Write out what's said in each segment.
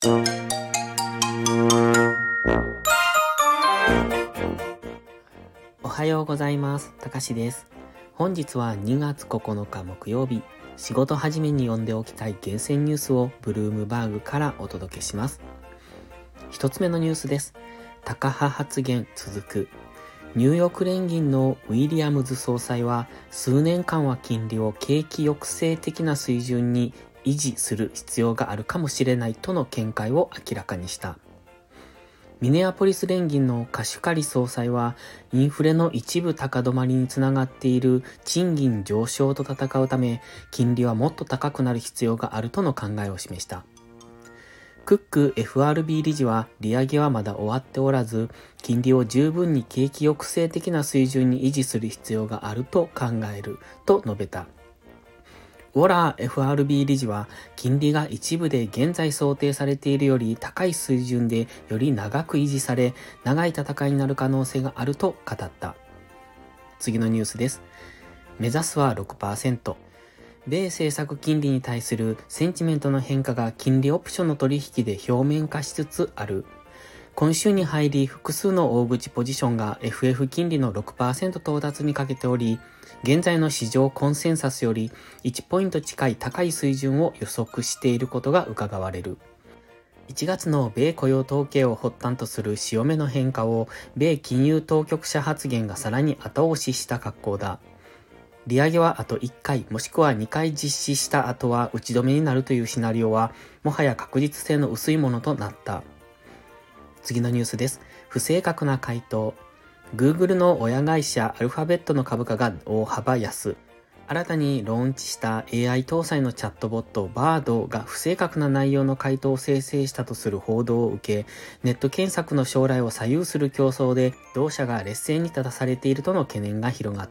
おはようございます。たかしです。本日は2月9日木曜日、仕事始めに読んでおきたい厳選ニュースをブルームバーグからお届けします。一つ目のニュースです。タカ派発言続く。ニューヨーク連銀のウィリアムズ総裁は、数年間は金利を景気抑制的な水準に維持する必要があるかもしれないとの見解を明らかにした。ミネアポリス連銀のカシュカリ総裁は、インフレの一部高止まりにつながっている賃金上昇と戦うため、金利はもっと高くなる必要があるとの考えを示した。クック FRB 理事は、利上げはまだ終わっておらず、金利を十分に景気抑制的な水準に維持する必要があると考えると述べた。ウォラー FRB 理事は、金利が一部で現在想定されているより高い水準でより長く維持され、長い戦いになる可能性があると語った。次のニュースです。目指すは 6%。米政策金利に対するセンチメントの変化が金利オプションの取引で表面化しつつある。今週に入り複数の大口ポジションが FF 金利の 6% 到達にかけており、現在の市場コンセンサスより1ポイント近い高い水準を予測していることが伺われる。1月の米雇用統計を発端とする潮目の変化を米金融当局者発言がさらに後押しした格好だ。利上げはあと1回もしくは2回実施した後は打ち止めになるというシナリオはもはや確実性の薄いものとなった。次のニュースです。不正確な回答。Google の親会社アルファベットの株価が大幅安。新たにローンチした AI 搭載のチャットボット Bard が不正確な内容の回答を生成したとする報道を受け、ネット検索の将来を左右する競争で同社が劣勢に立たされているとの懸念が広がった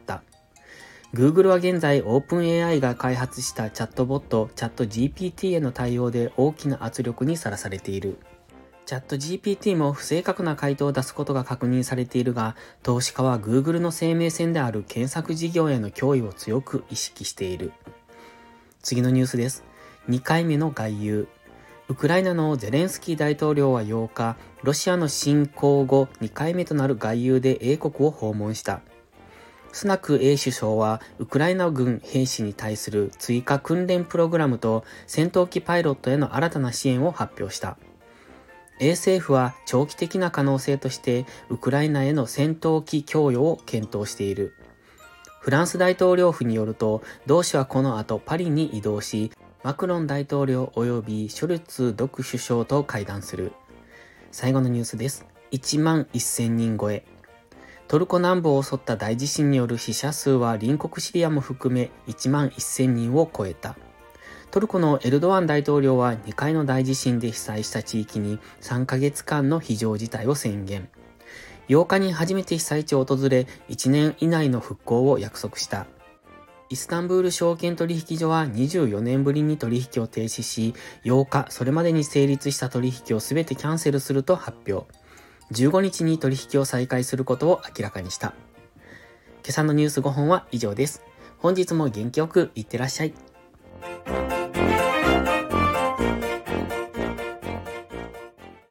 。Google は現在 OpenAI が開発したチャットボットチャット GPT への対応で大きな圧力にさらされている。チャット GPT も不正確な回答を出すことが確認されているが、投資家は Google の生命線である検索事業への脅威を強く意識している。次のニュースです。2回目の外遊。ウクライナのゼレンスキー大統領は8日、ロシアの侵攻後2回目となる外遊で英国を訪問した。スナク英首相はウクライナ軍兵士に対する追加訓練プログラムと戦闘機パイロットへの新たな支援を発表した。英政府は長期的な可能性としてウクライナへの戦闘機供与を検討している。フランス大統領府によると、同氏はこの後パリに移動し、マクロン大統領及びショルツ独首相と会談する。最後のニュースです。1万1000人超え。トルコ南部を襲った大地震による死者数は隣国シリアも含め1万1000人を超えた。トルコのエルドアン大統領は2回の大地震で被災した地域に3ヶ月間の非常事態を宣言。8日に初めて被災地を訪れ1年以内の復興を約束した。イスタンブール証券取引所は24年ぶりに取引を停止し、8日それまでに成立した取引をすべてキャンセルすると発表。15日に取引を再開することを明らかにした。今朝のニュース5本は以上です。本日も元気よくいってらっしゃい。